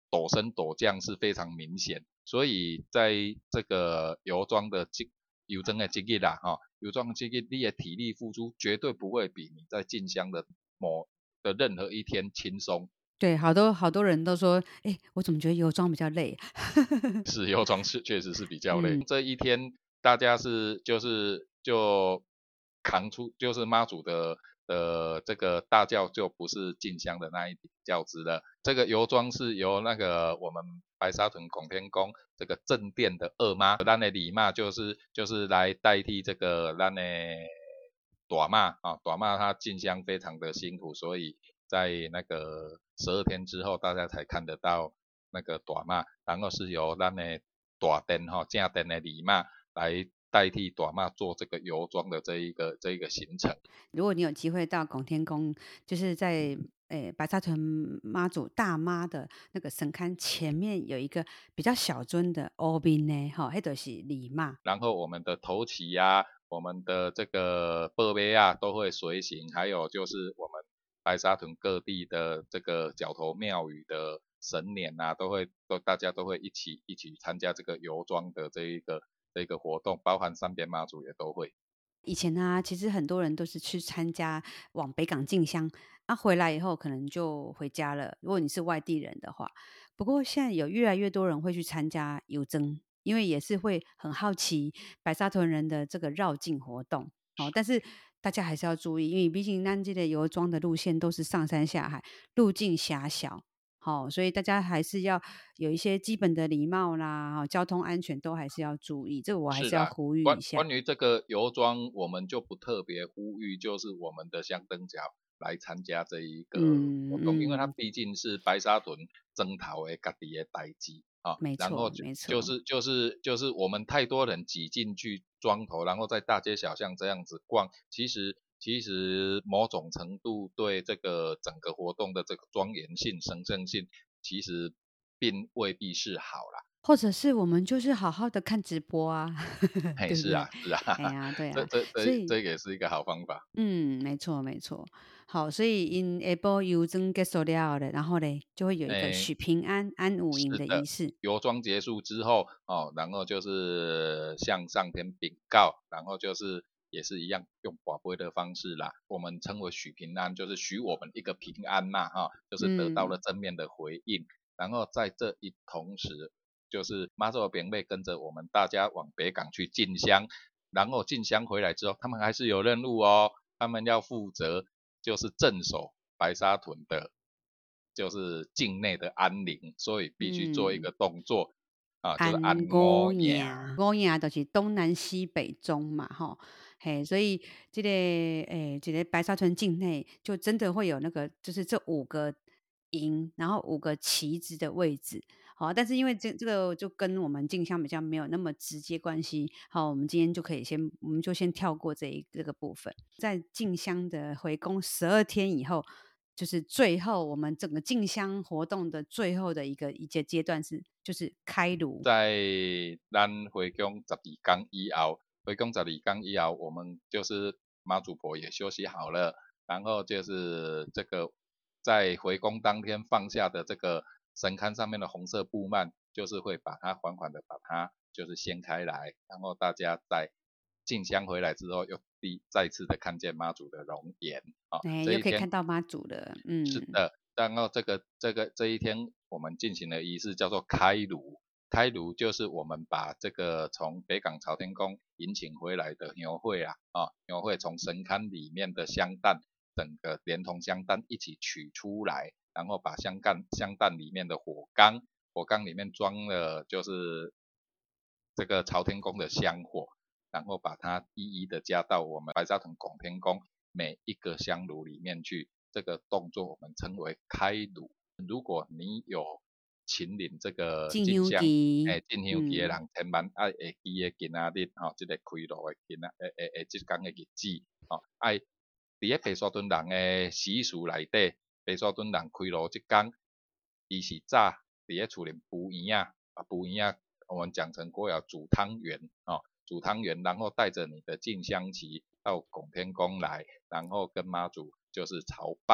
陡升陡降是非常明显，所以在这个游庄的这游庄的这日啦，哈、哦，游庄的这日你的体力付出绝对不会比你在进香的某的任何一天轻松。 对，好多好多人都说，哎，我怎么觉得游庄比较累？ 是游庄是确实是比较累， 嗯， 这一天大家是就是就扛出就是妈祖的的这个大轿就不是进香的那一顶轿子了，这个游庄是由那个我们白沙屯拱天宫这个正殿的二妈，咱的李妈就是就是来代替这个咱的大妈啊，大妈她进香非常的辛苦，所以在那个十二天之后，大家才看得到那个大妈，然后是由咱的大殿哈正殿的李妈来代替大妈做这个游庄的这一个这一个行程。 如果你有机会到拱天宫，就是在诶白沙屯妈祖大妈的那个神龛前面有一个比较小尊的欧宾呢，哈，迄就是李妈。 然后我们的头旗呀、啊，我们的这个贝杯啊都会随行，还有就是我们白沙屯各地的这个角头庙宇的神年啊，都会都大家都会一起一起参加这个游庄的这一个这一个活动，包含三边妈祖也都会。 以前呢、其实很多人都是去参加往北港进香，那、回来以后可能就回家了。如果你是外地人的话，不过现在有越来越多人会去参加游征，因为也是会很好奇白沙屯人的这个绕境活动哦。但是大家还是要注意，因为毕竟南这的游庄的路线都是上山下海，路径狭小。好、所以大家还是要有一些基本的礼貌啦，哦交通安全都还是要注意。这个我还是啊， 是要呼吁关一下。 关于这个游庄，我们就不特别呼吁，就是我们的香灯脚来参加这一个活嗯动，因为它嗯， 毕竟是白沙屯征讨的家己的代志啊， 没错， 然后就没错， 就是就是就是我们太多人挤进去庄头，然后在大街小巷这样子逛，其实其实某种程度对这个整个活动的这个庄严性、神圣性，其实并未必是好啦。 或者是我们就是好好的看直播啊， 嘿， 对不对？ 是啊，是啊， 哎呀，对这啊， 这这所以这个也是一个好方法。 嗯，没错没错。好，所以因下晡邮征结束了后嘞，然后嘞就会有一个哎， 许平安安五营的仪是的， 式。 游庄结束之后，哦，然后就是向上天禀告，然后就是也是一样用宝贝的方式啦，我们称为许平安，就是许我们一个平安嘛，哈、就是得到了嗯， 正面的回应。然后在这一同时，就是妈祖的兵妹跟着我们大家往北港去进香，然后进香回来之后，他们还是有任务哦，他们要负责就是镇守白沙屯的，就是境内的安宁，所以必须做一嗯。 个动作啊，就是按安五摩呀。 营，五营就是东南西北中嘛，吼，嘿，所以这个诶，这个白沙屯境内就真的会有那个，就是这五个营，然后五个旗子的位置，好，但是因为这这个就跟我们进香比较没有那么直接关系，好，我们今天就可以先，我们就先跳过这一这个部分，在进香的回宫十二天以后。就是最后我们整个进香活动的最后的一个一阶阶段是，就是开炉。 在咱回宫十二天以后，回宫十二天以后，我们就是妈祖婆也休息好了，然后就是这个在回宫当天放下的这个神龛上面的红色布幔，就是会把它缓缓的把它就是掀开来，然后大家在进香回来之后，又第再次的看见妈祖的容颜啊、哦哎，又可以这一天看到妈祖了，嗯， 是的，然后这个这个这一天我们进行的仪式叫做开炉，开炉就是我们把这个从北港朝天宫迎请回来的牛会啊，啊牛会从神龛里面的香担，整个连同香担一起取出来，然后把香干香担里面的火缸，火缸里面装了就是这个朝天宫的香火，然后把它一一的加到我们白沙屯拱天宫每一个香炉里面去。这个动作我们称为开炉。如果你有请领这个进香进香， 期， 诶，进香期的嗯， 人，千万爱会记得今仔日吼，这个开炉的今仔诶诶诶，即天的日子，吼，爱伫个白沙屯人的习俗内底，白沙屯人开炉即天，伊是早伫个厝里布圆啊，啊布圆啊，我们讲成国谣煮汤圆，哦，煮汤圆，然后带着你的进香旗到拱天宫来，然后跟妈祖就是朝拜，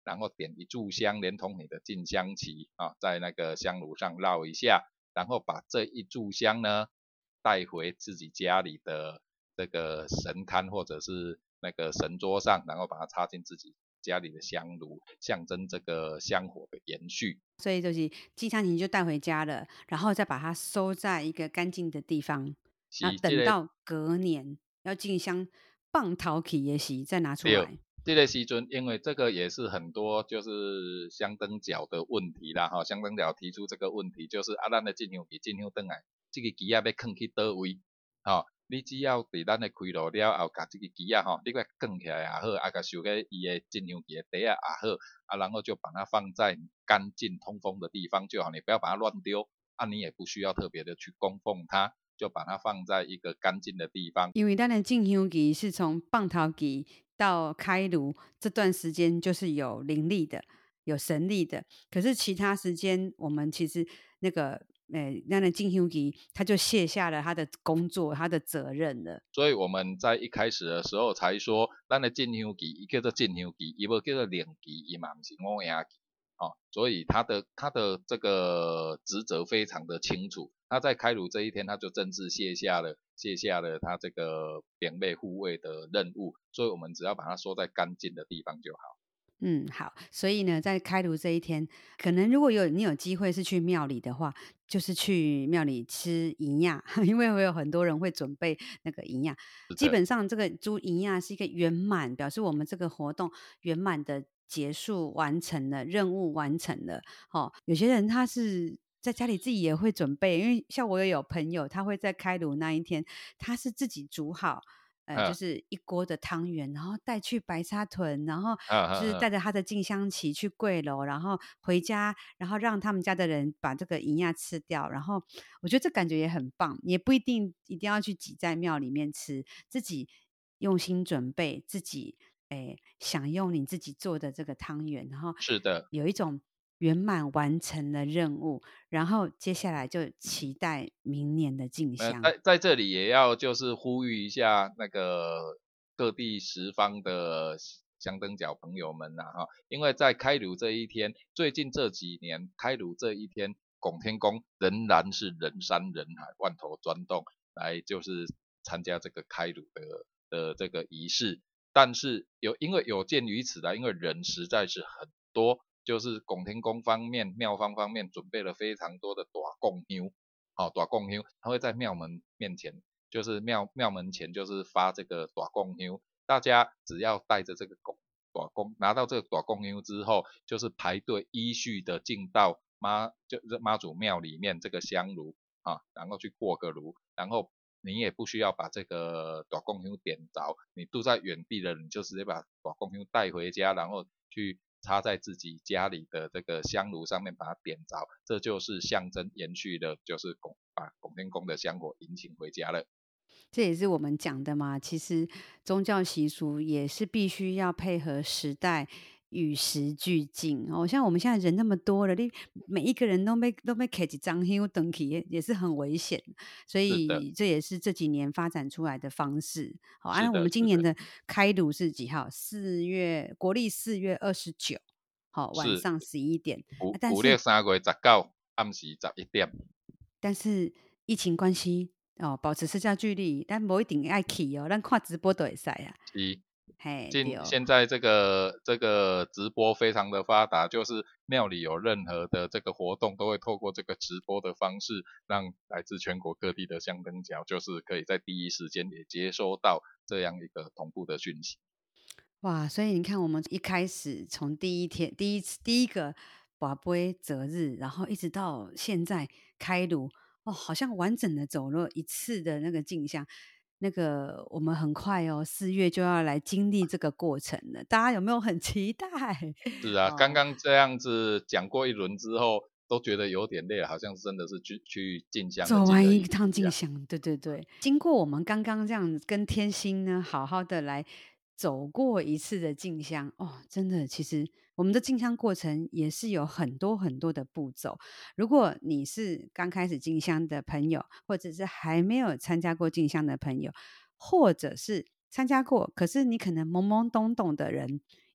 然后点一炷香，连同你的进香旗啊，在那个香炉上绕一下，然后把这一炷香呢带回自己家里的这个神龛或者是那个神桌上，然后把它插进自己家里的香炉，象征这个香火的延续。 所以就是进香旗就带回家了，然后再把它收在一个干净的地方，那是这个等到隔年要进香放头起的时再拿出对， 来。 这个时阵，因为这个也是很多就是香灯角的问题啦，哈，香灯角提出这个问题，就是啊，咱的进香旗进香灯来，这个旗啊要放去倒位，吼、你只要伫咱的开路了后，甲这个旗啊，吼，你甲放起来也好，啊，甲收个伊的进香旗的袋啊也好，啊，然后就把它放在干净通风的地方就好，你不要把它乱丢，啊，你也不需要特别的去供奉它，就把它放在一个干净的地方。 因为咱的进香旗是从放头旗到开炉这段时间就是有灵力的、有神力的，可是其他时间我们其实那个呃，那的进香旗他就卸下了他的工作、他的责任了。 所以我们在一开始的时候才说，咱的进香旗，伊叫做进香旗，伊无叫做灵旗，伊嘛不是五影旗。哦，所以他的他的这个职责非常的清楚，他在开炉这一天，他就正式卸下了卸下了他这个点备护卫的任务，所以我们只要把它收在干净的地方就好。 嗯，好，所以呢，在开炉这一天，可能如果有你有机会是去庙里的话，就是去庙里吃银亚，因为会有很多人会准备那个银亚。基是的， 本上，这个猪银亚是一个圆满，表示我们这个活动圆满的结束完成了，任务完成了。哦，有些人他是在家里自己也会准备，因为像我也有朋友，他会在开炉那一天，他是自己煮好。呃，就嗯是一锅的汤圆，然后带去白沙屯，然后嗯就是嗯嗯， 带着他的进香旗去柜楼，然后回家，然后让他们家的人把这个银亚吃掉。然后我觉得这感觉也很棒，也不一定一定要去挤在庙里面吃，自己用心准备，自己诶享用你自己做的这个汤圆，然后是的。 有一种圆满完成了任务，然后接下来就期待明年的进呃， 香。 在在这里也要就是呼吁一下那个各地十方的香灯角朋友们呐、哈，因为在开炉这一天，最近这几年开炉这一天，拱天宫仍然是人山人海，万头钻动来就是参加这个开炉的的这个仪式，但是有因为有鉴于此啦，因为人实在是很多，就是拱天宫方面、庙方方面准备了非常多的大供香。哦，大供香，他会在庙门面前，就是庙庙门前，就是发这个大供香，大家只要带着这个供大供，拿到这个大供香之后，就是排队依序的进到妈就是妈祖庙里面这个香炉啊，然后去过个炉，然后你也不需要把这个大供香点着，你住在远地的，你就直接把大供香带回家，然后去插在自己家里的这个香炉上面，把它点着，这就是象征延续的，就是拱把拱天宫的香火引请回家了。 这也是我们讲的嘛。其实宗教习俗也是必须要配合时代，与时俱进哦。像我们现在人那么多了，你每一个人都没都没开几张香灯起，也也是很危险。所是的， 以这也是这几年发展出来的方式。好，按、 是的， 啊、我们今是的， 年的开炉是几号？四月国历四月二十九，好，晚是上十一点。啊五五六但是三月十九暗时十一点。 但是疫情关系哦，保持社交距离，但不一定爱去哦，咱看直播都会使啊。 一嘿，对今现在这个这个直播非常的发达，就是庙里有任何的这个活动，都会透过这个直播的方式，让来自全国各地的香灯脚，就是可以在第一时间也接收到这样一个同步的讯息。 哇！所以你看，我们一开始从第一天、第一次、第一个宝贝择日，然后一直到现在开炉，哦，好像完整的走了一次的那个镜像。那个我们很快哦，四月就要来经历这个过程了，大家有没有很期待？ 是啊，刚哦， 刚这样子讲过一轮之后，都觉得有点累了，好像真的是去去进香了， 走进了一完一趟次一样。 进香，对对对。经过我们刚刚这样跟天心呢，好好的来走过一次的进香，哦，真的，其实我们的进香过程也是有很多很多的步骤。如果你是刚开始进香的朋友，或者是还没有参加过进香的朋友，或者是参加过，可是你可能懵懵懂懂的人，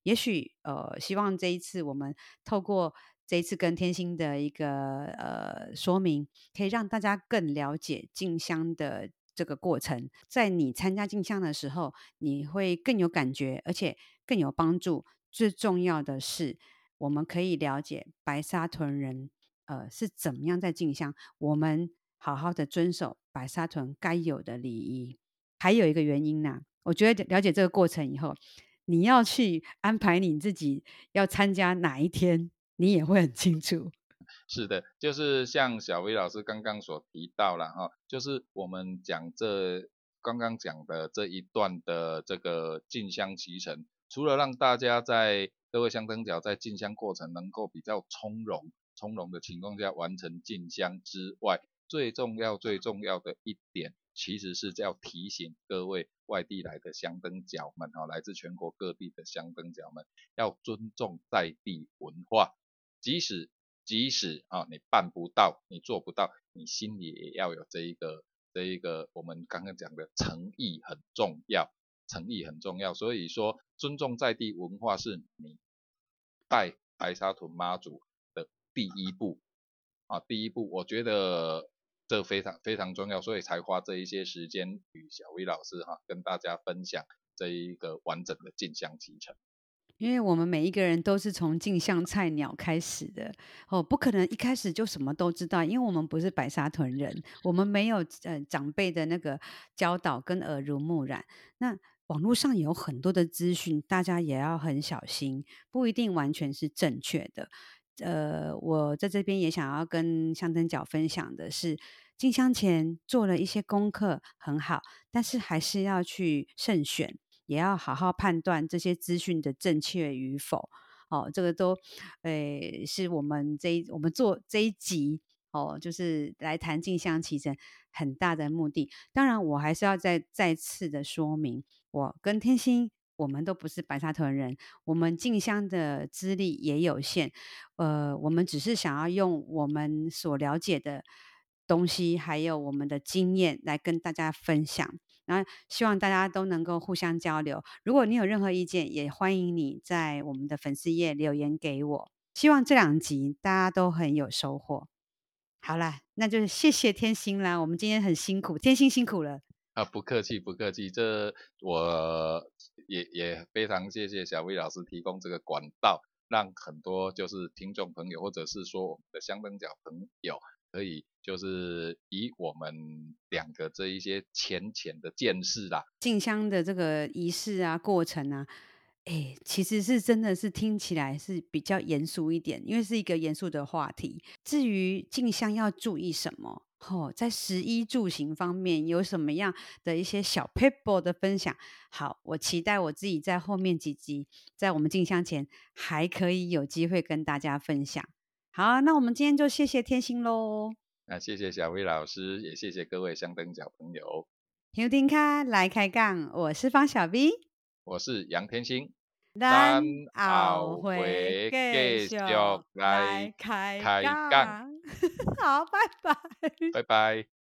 也许呃，希望这一次我们透过这一次跟天心的一个呃说明，可以让大家更了解进香的这个过程。在你参加进香的时候，你会更有感觉，而且更有帮助。最重要的是，我们可以了解白沙屯人呃是怎么样在进香，我们好好的遵守白沙屯该有的礼仪。还有一个原因呢、我觉得了解这个过程以后，你要去安排你自己要参加哪一天，你也会很清楚。 是的，就是像小薇老师刚刚所提到了哈，就是我们讲这刚刚讲的这一段的这个进香期程，除了让大家在各位香灯脚在进香过程能够比较从容、从容的情况下完成进香之外，最重要、最重要的一点，其实是要提醒各位外地来的香灯脚们哈，来自全国各地的香灯脚们，要尊重在地文化，即使即使啊你办不到，你做不到，你心里也要有这一个这一个我们刚刚讲的诚意很重要，诚意很重要。所以说尊重在地文化是你拜白沙屯妈祖的第一步啊，第一步，我觉得这非常非常重要，所以才花这一些时间与小薇老师哈、啊、跟大家分享这一个完整的进香历程。 因为我们每一个人都是从进香菜鸟开始的哦，不可能一开始就什么都知道，因为我们不是白沙屯人，我们没有呃长辈的那个教导跟耳濡目染。那网络上有很多的资讯，大家也要很小心，不一定完全是正确的。呃，我在这边也想要跟香灯脚分享的是，进香前做了一些功课很好，但是还是要去慎选。也要好好判断这些资讯的正确与否。哦，这个都，诶，是我们这一我们做这一集哦，就是来谈进香期程很大的目的。当然，我还是要再再次的说明，我跟天心我们都不是白沙屯人，我们进香的资历也有限，呃，我们只是想要用我们所了解的东西，还有我们的经验来跟大家分享。然后希望大家都能够互相交流。如果你有任何意见，也欢迎你在我们的粉丝页留言给我。希望这两集大家都很有收获。好啦，那就是谢谢天心啦，我们今天很辛苦，天心辛苦了。 啊，不客气，不客气，这我也也非常谢谢小薇老师提供这个管道，让很多就是听众朋友或者是说我们的香灯脚朋友，可以就是以我们两个这一些浅浅的见识啦， 进香的这个仪式啊、过程啊，哎，其实是真的是听起来是比较严肃一点，因为是一个严肃的话题。至于进香要注意什么，哦，在食衣住行方面有什么样的一些小 paper 的分享？好，我期待我自己在后面几集，在我们进香前还可以有机会跟大家分享。好，那我们今天就谢谢天心喽。 那谢谢小薇老师，也谢谢各位香灯脚朋友， 休听卡来开杠，我是方小 V。 我是杨天星，咱咱后后回回继续继续来来开开讲， 讲，好，拜拜。 拜拜。